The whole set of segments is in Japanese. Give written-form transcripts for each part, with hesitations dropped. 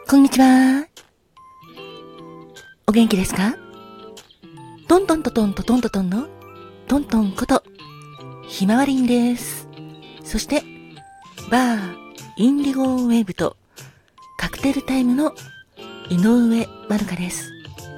こんにちは。お元気ですか？トントントトントトントトンのトントンことひまわりんです。そしてバーインディゴウェーブとカクテルタイムの井上まるかです。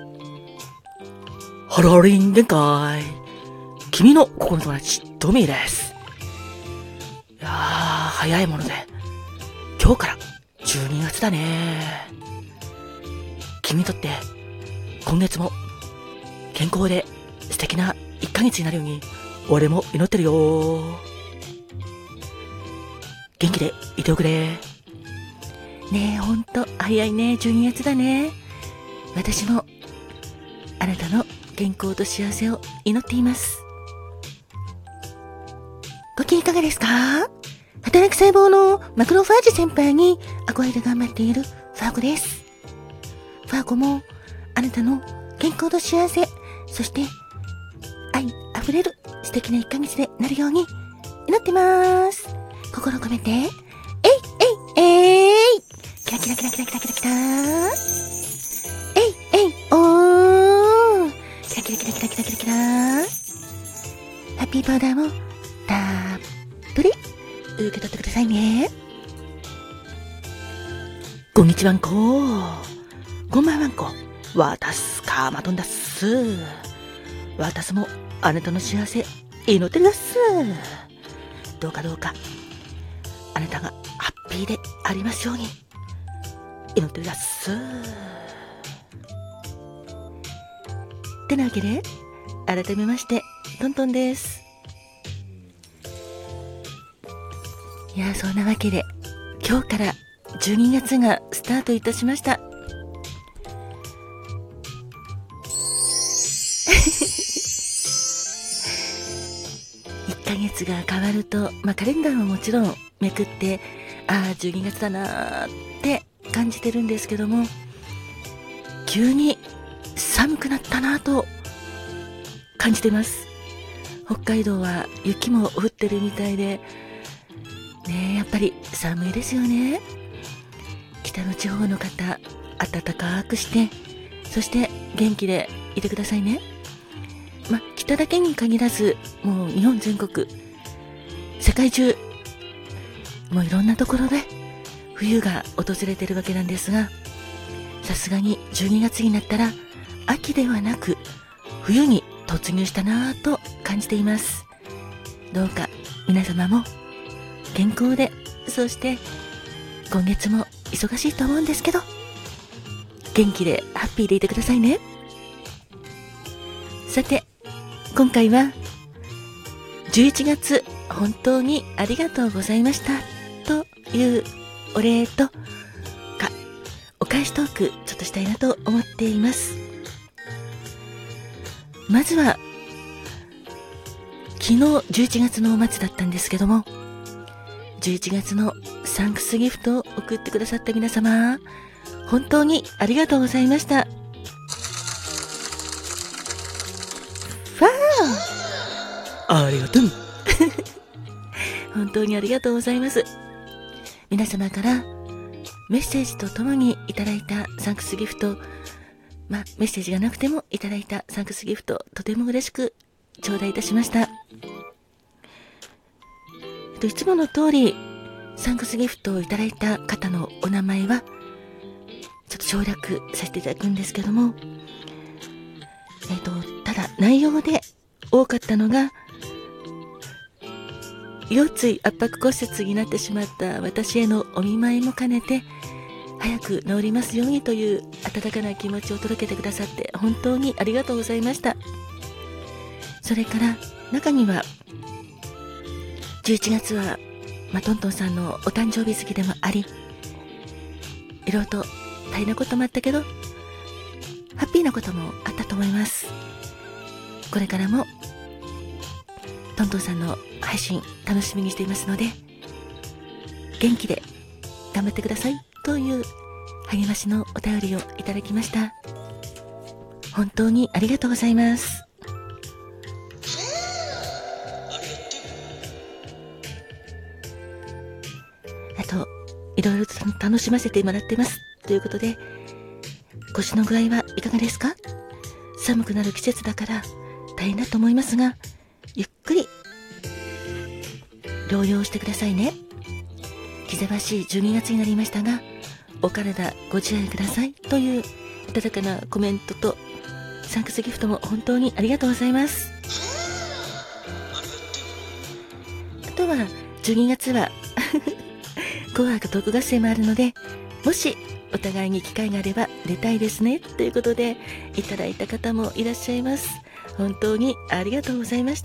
ハロリン限界。君の心の友達トミーです。いやー早いもので今日から12月だね。君にとって今月も健康で素敵な1ヶ月になるように俺も祈ってるよ。元気でいておくれ。ねえ、ほんと早いね。12月だね。私もあなたの健康と幸せを祈っています。ご機嫌いかがですか？働く細胞のマクロファージ先輩に憧れで頑張っているファーコです。ファーコもあなたの健康と幸せ、そして愛あふれる素敵な1ヶ月でなるように祈ってます。心込めて、えいキラキラキラキラキラキラキラおーキラキラキラキラキラキラキラハッピーパウダーもたっぷり受け取ってくださいね。こんにちはんこ、こんばんはんこ、わたすかまとんだっす。わたすもあなたの幸せ祈ってるだっす。どうかあなたがハッピーでありますように祈ってるだっす。てなわけで改めましてトントンです。いや、そんなわけで今日から12月がスタートいたしました。1ヶ月が変わると、カレンダーももちろんめくって、12月だなーって感じてるんですけども、急に寒くなったなと感じてます。北海道は雪も降ってるみたいでね、やっぱり寒いですよね。北の地方の方、暖かくして、そして元気でいてくださいね。北だけに限らず、もう日本全国、世界中、もういろんなところで冬が訪れてるわけなんですが、さすがに12月になったら秋ではなく冬に突入したなぁと感じています。どうか皆様も健康で、そして今月も忙しいと思うんですけど、元気でハッピーでいてくださいね。さて、今回は11月本当にありがとうございましたというお礼とお返しトークちょっとしたいなと思っています。まずは昨日11月の末だったんですけども、11月のサンクスギフトを送ってくださった皆様、本当にありがとうございました。ありがとう本当にありがとうございます。皆様からメッセージとともにいただいたサンクスギフト、メッセージがなくてもいただいたサンクスギフト、とても嬉しく頂戴いたしました。いつもの通りサンクスギフトをいただいた方のお名前はちょっと省略させていただくんですけども、ただ内容で多かったのが、腰椎圧迫骨折になってしまった私へのお見舞いも兼ねて早く治りますようにという温かな気持ちを届けてくださって本当にありがとうございました。それから中には11月は、トントンさんのお誕生日月でもあり、いろいろと大変なこともあったけどハッピーなこともあったと思います。これからもトントンさんの配信楽しみにしていますので、元気で頑張ってくださいという励ましのお便りをいただきました。本当にありがとうございます。あといろいろと楽しませてもらってますということで、腰の具合はいかがですか？寒くなる季節だから大変だと思いますが、ゆっくり療養してくださいね。気ぜわしい12月になりましたが、お体ご自愛くださいという温かなコメントとサンクスギフトも本当にありがとうございます。あとは12月は紅白トーク合戦もあるので、もしお互いに機会があれば出たいですねということでいただいた方もいらっしゃいます。本当にありがとうございました。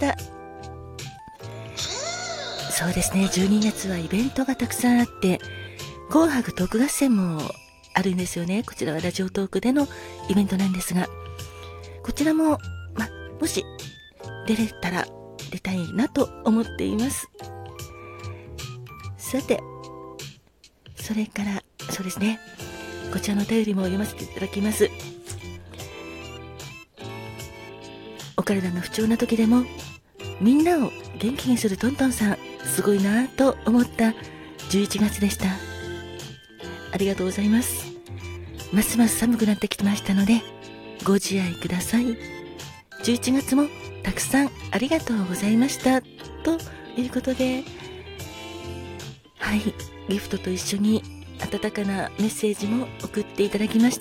そうですね、12月はイベントがたくさんあって、紅白トーク合戦もあるんですよね。こちらはラジオトークでのイベントなんですが、こちらも、もし出れたら出たいなと思っています。さて、それからそうですね、こちらのお便りも読ませていただきます。お体が不調な時でもみんなを元気にするトントンさん、すごいなと思った11月でした。ありがとうございます。ますます寒くなってきましたのでご自愛ください。11月もたくさんありがとうございましたということで、はい、ギフトと一緒に温かなメッセージも送っていただきました。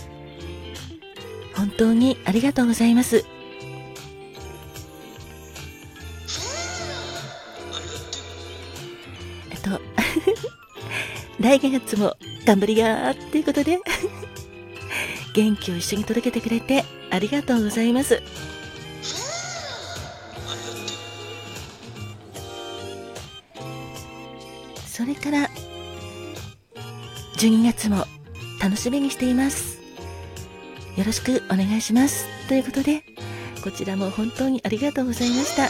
本当にありがとうございます。来月も頑張りやーということで元気を一緒に届けてくれてありがとうございます。それから12月も楽しみにしています。よろしくお願いしますということで、こちらも本当にありがとうございました。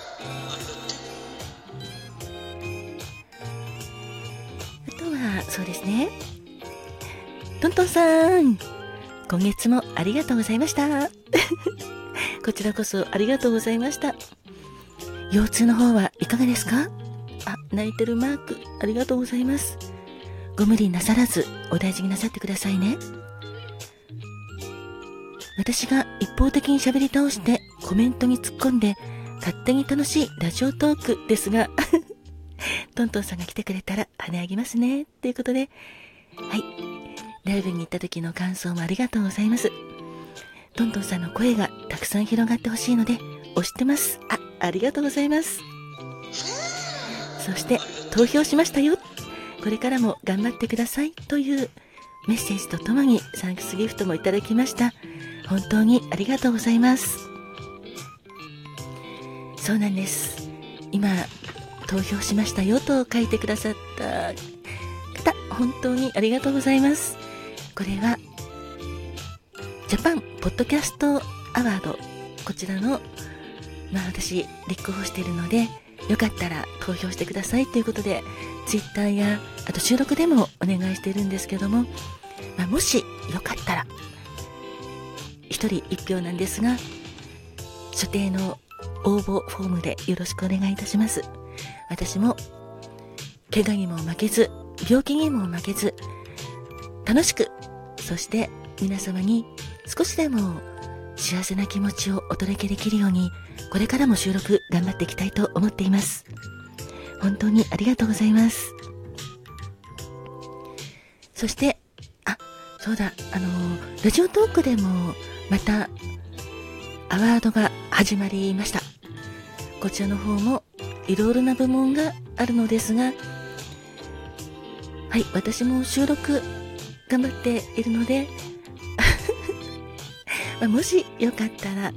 そうですね、トントンさん、今月もありがとうございましたこちらこそありがとうございました。腰痛の方はいかがですか？泣いてるマーク、ありがとうございます。ご無理なさらずお大事になさってくださいね。私が一方的に喋り倒してコメントに突っ込んで勝手に楽しいラジオトークですがトントンさんが来てくれたら跳ね上げますねということで、はい、ライブに行った時の感想もありがとうございます。トントンさんの声がたくさん広がってほしいので押してます。ありがとうございます。そして投票しましたよ、これからも頑張ってくださいというメッセージとともにサンクスギフトもいただきました。本当にありがとうございます。そうなんです、今投票しましたよと書いてくださった方、本当にありがとうございます。これはジャパンポッドキャストアワード、こちらの私立候補しているので、よかったら投票してくださいということでツイッターやあと収録でもお願いしているんですけども、もしよかったら1人1票なんですが、所定の応募フォームでよろしくお願いいたします。私も怪我にも負けず病気にも負けず楽しく、そして皆様に少しでも幸せな気持ちをお届けできるように、これからも収録頑張っていきたいと思っています。本当にありがとうございます。そしてそうだ、ラジオトークでもまたアワードが始まりました。こちらの方もいろいろな部門があるのですが、はい、私も収録頑張っているのでもしよかったら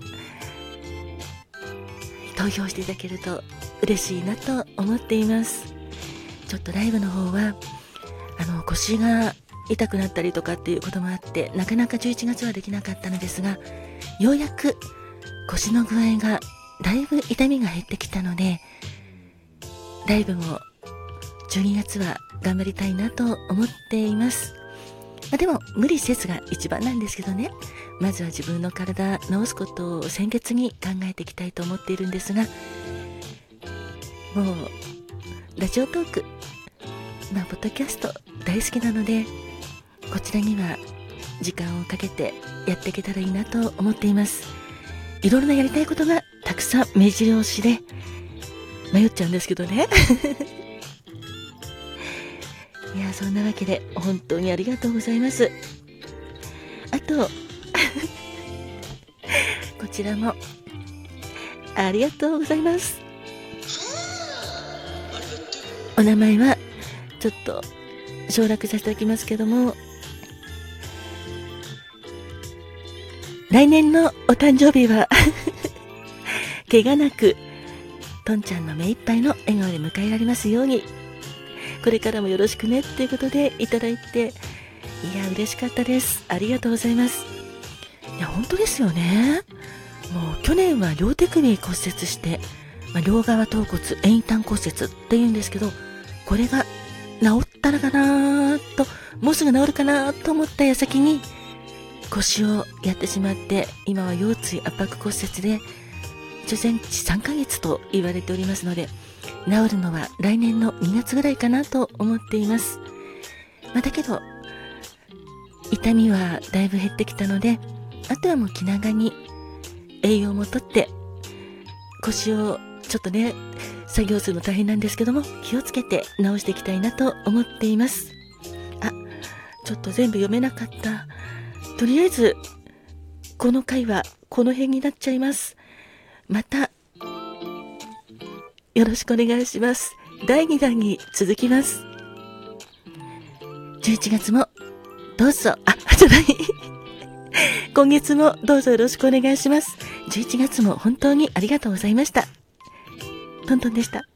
投票していただけると嬉しいなと思っています。ちょっとライブの方は腰が痛くなったりとかっていうこともあってなかなか11月はできなかったのですが、ようやく腰の具合がだいぶ痛みが減ってきたので、ライブも12月は頑張りたいなと思っています。でも無理せずが一番なんですけどね、まずは自分の体治すことを先決に考えていきたいと思っているんですが、もうラジオトーク、ポッドキャスト大好きなので、 こちらには時間をかけてやっていけたらいいなと思っています。いろいろなやりたいことがたくさん目白押しで迷っちゃうんですけどねいや、そんなわけで本当にありがとうございます。あとこちらもありがとうございます。お名前はちょっと省略させていただきますけども、来年のお誕生日は怪我なくとんちゃんの目いっぱいの笑顔で迎えられますように、これからもよろしくねっていうことでいただいて、いや嬉しかったです。ありがとうございます。いや本当ですよね。もう去年は両手首骨折して、両側頭骨遠端骨折っていうんですけど、これが治ったらかなと、もうすぐ治るかなと思った矢先に腰をやってしまって、今は腰椎圧迫骨折で全治3ヶ月と言われておりますので、治るのは来年の2月ぐらいかなと思っています。だけど痛みはだいぶ減ってきたので、あとはもう気長に栄養もとって腰をちょっとね作業するの大変なんですけども、気をつけて治していきたいなと思っています。ちょっと全部読めなかった。とりあえずこの回はこの辺になっちゃいます。またよろしくお願いします。第2弾に続きます。11月もどうぞ、じゃない今月もどうぞよろしくお願いします。11月も本当にありがとうございました。トントンでした。